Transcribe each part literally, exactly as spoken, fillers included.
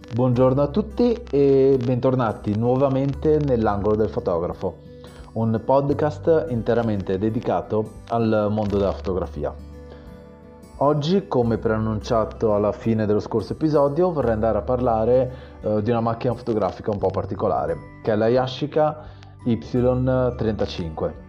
Buongiorno a tutti e bentornati nuovamente nell'angolo del fotografo, un podcast interamente dedicato al mondo della fotografia. Oggi, come preannunciato alla fine dello scorso episodio, vorrei andare a parlare eh, di una macchina fotografica un po' particolare, che è la Yashica Y trentacinque.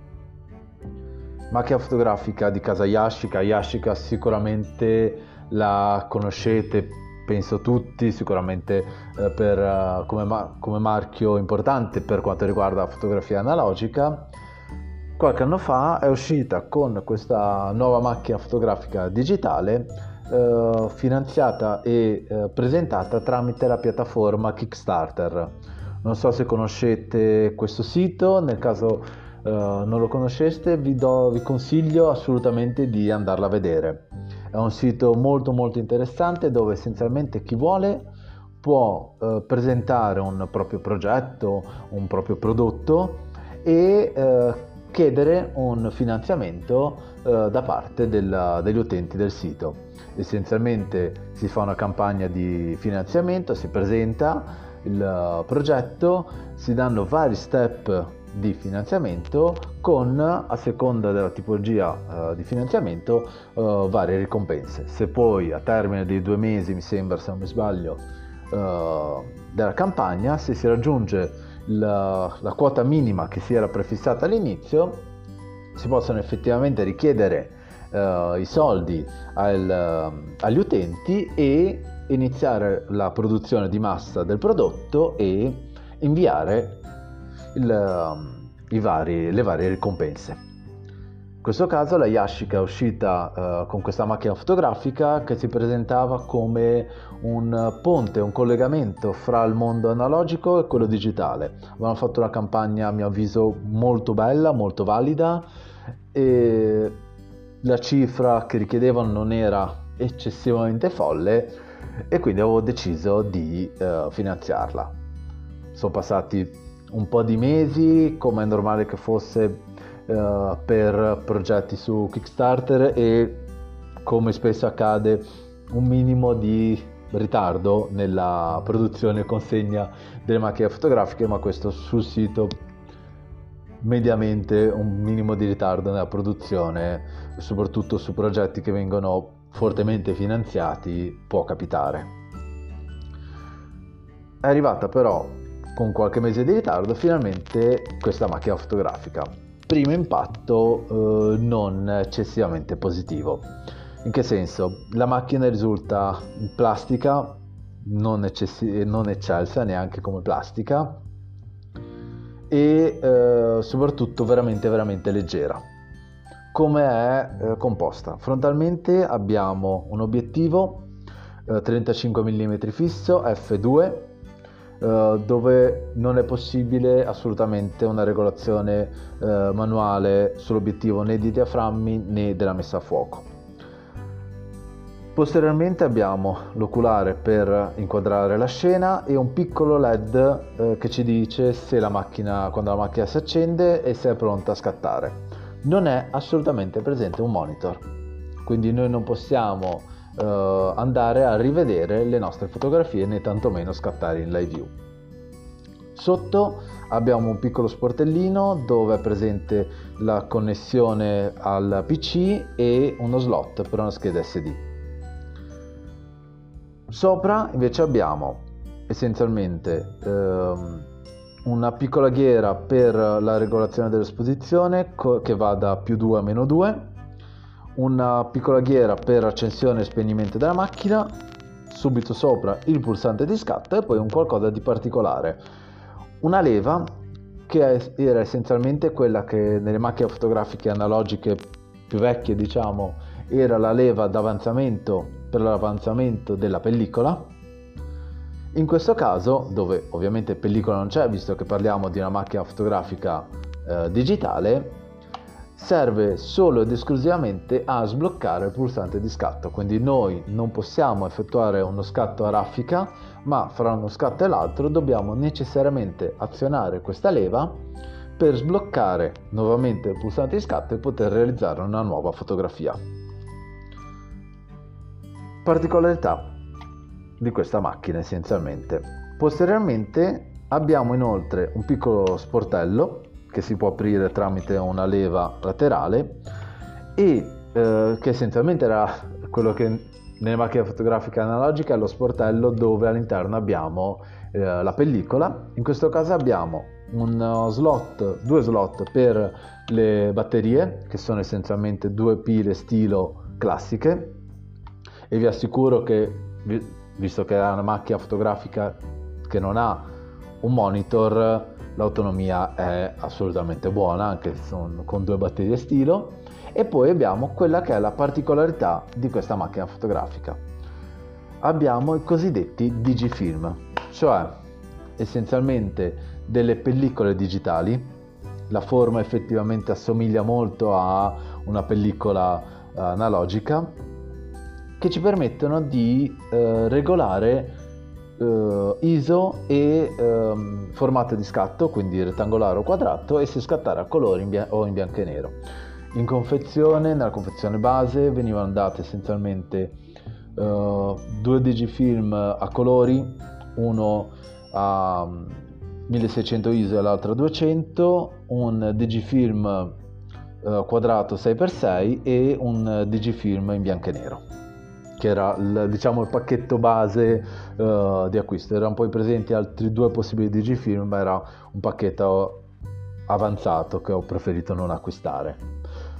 Macchina fotografica di casa Yashica. Yashica sicuramente la conoscete, penso tutti, sicuramente eh, per, uh, come, ma- come marchio importante per quanto riguarda la fotografia analogica. Qualche anno fa è uscita con questa nuova macchina fotografica digitale eh, finanziata e eh, presentata tramite la piattaforma Kickstarter. Non so se conoscete questo sito, nel caso eh, non lo conosceste vi, do, vi consiglio assolutamente di andarla a vedere. È un sito molto molto interessante dove essenzialmente chi vuole può eh, presentare un proprio progetto, un proprio prodotto e eh, chiedere un finanziamento eh, da parte del, degli utenti del sito. Essenzialmente si fa una campagna di finanziamento, si presenta il progetto, si danno vari step di finanziamento con, a seconda della tipologia uh, di finanziamento, uh, varie ricompense. Se poi a termine dei due mesi, mi sembra, se non mi sbaglio, uh, della campagna, se si raggiunge la, la quota minima che si era prefissata all'inizio, si possono effettivamente richiedere uh, i soldi al, uh, agli utenti e iniziare la produzione di massa del prodotto e inviare il, i vari, le varie ricompense. In questo caso la Yashica è uscita uh, con questa macchina fotografica che si presentava come un ponte, un collegamento fra il mondo analogico e quello digitale. Avevano fatto una campagna, a mio avviso, molto bella, molto valida, e la cifra che richiedevano non era eccessivamente folle e quindi avevo deciso di uh, finanziarla. Sono passati un po' di mesi, come è normale che fosse uh, per progetti su Kickstarter, e come spesso accade un minimo di ritardo nella produzione e consegna delle macchine fotografiche, ma questo sul sito mediamente un minimo di ritardo nella produzione, soprattutto su progetti che vengono fortemente finanziati, può capitare. È arrivata però con qualche mese di ritardo finalmente questa macchina fotografica. Primo impatto eh, non eccessivamente positivo. In che senso? La macchina risulta in plastica, non, eccessi- non eccelsa neanche come plastica, e eh, soprattutto veramente veramente leggera. Come è eh, composta? Frontalmente abbiamo un obiettivo eh, trentacinque millimetri fisso effe due, Uh, dove non è possibile assolutamente una regolazione uh, manuale sull'obiettivo, né di diaframmi né della messa a fuoco. Posteriormente abbiamo l'oculare per inquadrare la scena e un piccolo led uh, che ci dice se la macchina, quando la macchina si accende e se è pronta a scattare. Non è assolutamente presente un monitor, quindi noi non possiamo Uh, andare a rivedere le nostre fotografie né tantomeno scattare in live view. Sotto abbiamo un piccolo sportellino dove è presente la connessione al P C e uno slot per una scheda esse di. Sopra invece abbiamo essenzialmente um, una piccola ghiera per la regolazione dell'esposizione co- che va da più due a meno due, una piccola ghiera per accensione e spegnimento della macchina, subito sopra il pulsante di scatto e poi un qualcosa di particolare, una leva che era essenzialmente quella che nelle macchine fotografiche analogiche più vecchie, diciamo, era la leva d'avanzamento per l'avanzamento della pellicola. In questo caso, dove ovviamente pellicola non c'è, visto che parliamo di una macchina fotografica eh, digitale, serve solo ed esclusivamente a sbloccare il pulsante di scatto. Quindi noi non possiamo effettuare uno scatto a raffica, ma fra uno scatto e l'altro dobbiamo necessariamente azionare questa leva per sbloccare nuovamente il pulsante di scatto e poter realizzare una nuova fotografia. Particolarità: di questa macchina essenzialmente. Posteriormente abbiamo inoltre un piccolo sportello che si può aprire tramite una leva laterale e eh, che essenzialmente era quello che nelle macchine fotografiche analogiche è lo sportello dove all'interno abbiamo eh, la pellicola. In questo caso abbiamo un slot, due slot per le batterie, che sono essenzialmente due pile stilo classiche, e vi assicuro che, visto che è una macchina fotografica che non ha un monitor, l'autonomia è assolutamente buona anche con due batterie stilo. E poi abbiamo quella che è la particolarità di questa macchina fotografica: abbiamo i cosiddetti digifilm, cioè essenzialmente delle pellicole digitali. La forma effettivamente assomiglia molto a una pellicola eh, analogica, che ci permettono di eh, regolare eh, I S O e eh, formato di scatto, quindi rettangolare o quadrato, e se scattare a colori in bia- o in bianco e nero. In confezione, nella confezione base, venivano date essenzialmente uh, due digifilm a colori, uno a milleseicento I S O e l'altro a duecento, un digifilm uh, quadrato sei per sei e un digifilm in bianco e nero, che era il, diciamo, il pacchetto base uh, di acquisto. Erano poi presenti altri due possibili digifilm, ma era un pacchetto avanzato che ho preferito non acquistare.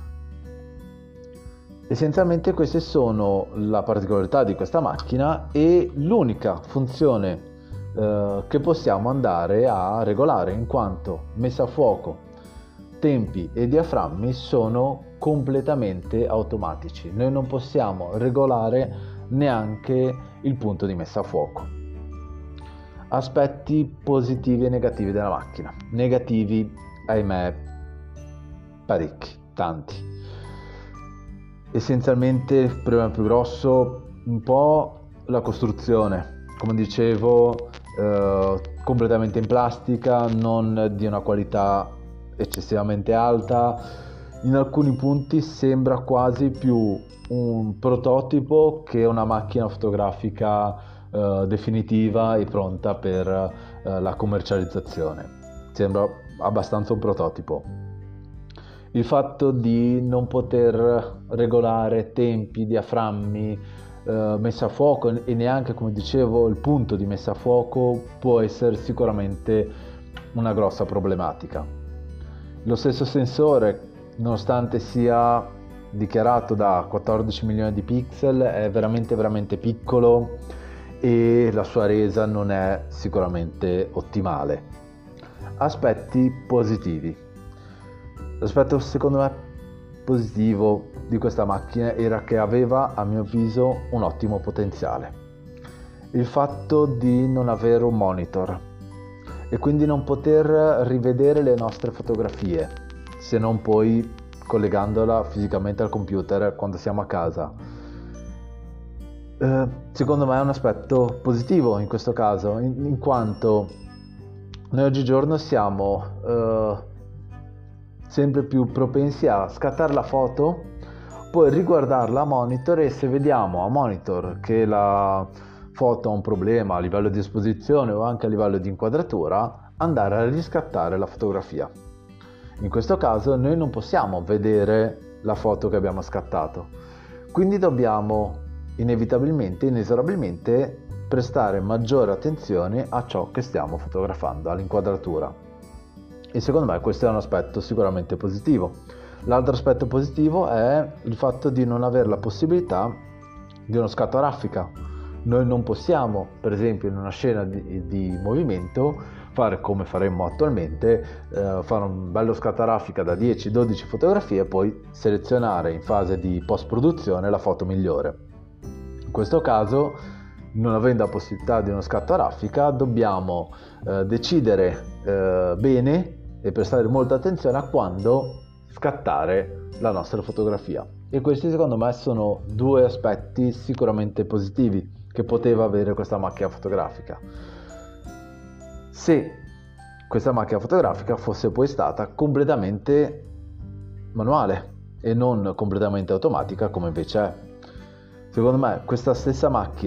Essenzialmente queste sono la particolarità di questa macchina e l'unica funzione eh, che possiamo andare a regolare, in quanto messa a fuoco, tempi e diaframmi sono completamente automatici. Noi non possiamo regolare neanche il punto di messa a fuoco. Aspetti positivi e negativi della macchina. Negativi, ahimè, parecchi, tanti. Essenzialmente il problema più grosso, un po' la costruzione, come dicevo, eh, completamente in plastica, non di una qualità eccessivamente alta. In alcuni punti sembra quasi più un prototipo che una macchina fotografica eh, definitiva e pronta per eh, la commercializzazione. Sembra abbastanza un prototipo. Il fatto di non poter regolare tempi, diaframmi, eh, messa a fuoco e neanche, come dicevo, il punto di messa a fuoco può essere sicuramente una grossa problematica. Lo stesso sensore, nonostante sia dichiarato da quattordici milioni di pixel, è veramente veramente piccolo e la sua resa non è sicuramente ottimale. Aspetti positivi. L'aspetto secondo me positivo di questa macchina era che aveva, a mio avviso, un ottimo potenziale. Il fatto di non avere un monitor e quindi non poter rivedere le nostre fotografie, se non poi collegandola fisicamente al computer quando siamo a casa. Eh, secondo me è un aspetto positivo in questo caso, in, in quanto noi oggigiorno siamo eh, sempre più propensi a scattare la foto, poi riguardarla a monitor, e se vediamo a monitor che la foto ha un problema a livello di esposizione o anche a livello di inquadratura, andare a riscattare la fotografia. In questo caso noi non possiamo vedere la foto che abbiamo scattato, quindi dobbiamo inevitabilmente, inesorabilmente prestare maggiore attenzione a ciò che stiamo fotografando, all'inquadratura. E secondo me questo è un aspetto sicuramente positivo. L'altro aspetto positivo è il fatto di non avere la possibilità di uno scatto a raffica. Noi non possiamo, per esempio, in una scena di, di movimento, fare come faremmo attualmente, eh, fare un bello scatto a raffica da dieci dodici fotografie e poi selezionare in fase di post-produzione la foto migliore. In questo caso, non avendo la possibilità di uno scatto a raffica, dobbiamo eh, decidere eh, bene e prestare molta attenzione a quando scattare la nostra fotografia. E questi secondo me sono due aspetti sicuramente positivi che poteva avere questa macchina fotografica, se questa macchina fotografica fosse poi stata completamente manuale e non completamente automatica come invece è. Secondo me questa stessa macchina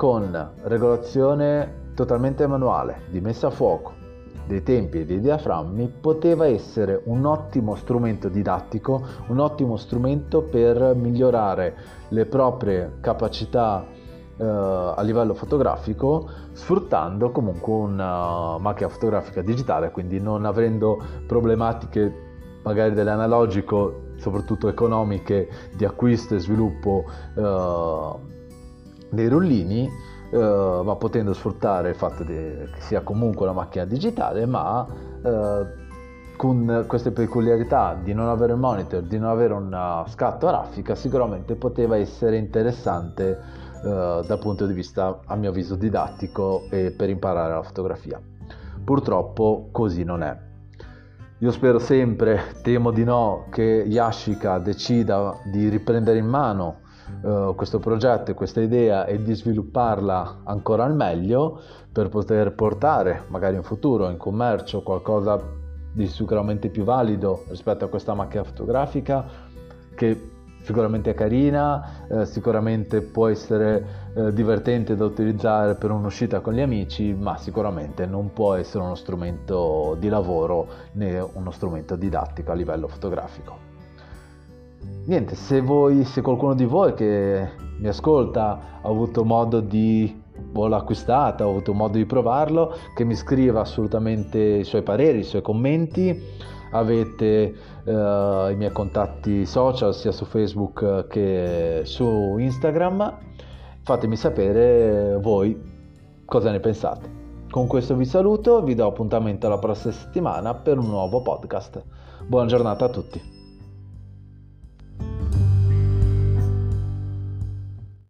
con regolazione totalmente manuale, di messa a fuoco, dei tempi e dei diaframmi, poteva essere un ottimo strumento didattico, un ottimo strumento per migliorare le proprie capacità eh, a livello fotografico, sfruttando comunque una macchina fotografica digitale, quindi non avendo problematiche magari dell'analogico, soprattutto economiche, di acquisto e sviluppo eh, dei rullini, Uh, ma potendo sfruttare il fatto di, che sia comunque una macchina digitale, ma uh, con queste peculiarità di non avere il monitor, di non avere una scatto a raffica, sicuramente poteva essere interessante uh, dal punto di vista, a mio avviso, didattico e per imparare la fotografia. Purtroppo così non è. Io spero sempre, temo di no, che Yashica decida di riprendere in mano Uh, questo progetto e questa idea e di svilupparla ancora al meglio per poter portare magari in futuro in commercio qualcosa di sicuramente più valido rispetto a questa macchina fotografica, che sicuramente è carina, eh, sicuramente può essere eh, divertente da utilizzare per un'uscita con gli amici, ma sicuramente non può essere uno strumento di lavoro né uno strumento didattico a livello fotografico. Niente, se voi, se qualcuno di voi che mi ascolta ha avuto modo di, o l'ha acquistata, ha avuto modo di provarlo, che mi scriva assolutamente i suoi pareri, i suoi commenti. Avete eh, i miei contatti social sia su Facebook che su Instagram. Fatemi sapere voi cosa ne pensate. Con questo vi saluto, vi do appuntamento alla prossima settimana per un nuovo podcast. Buona giornata a tutti.